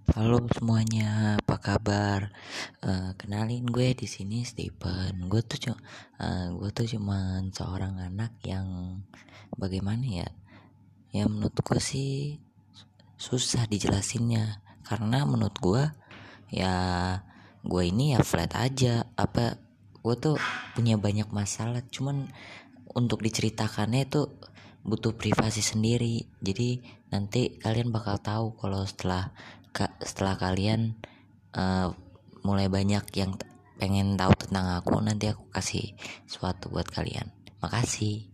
Halo semuanya, apa kabar? Kenalin gue di sini Stephen. Gue tuh cuman seorang anak yang bagaimana ya? Ya menurut gue sih susah dijelasinnya. Karena menurut gue ya gue ini ya flat aja. Gue tuh punya banyak masalah. Cuman untuk diceritakannya itu butuh privasi sendiri. Jadi nanti kalian bakal tahu kalau setelah kalian uh, mulai banyak yang pengen tahu tentang aku, nanti aku kasih sesuatu buat kalian. Makasih.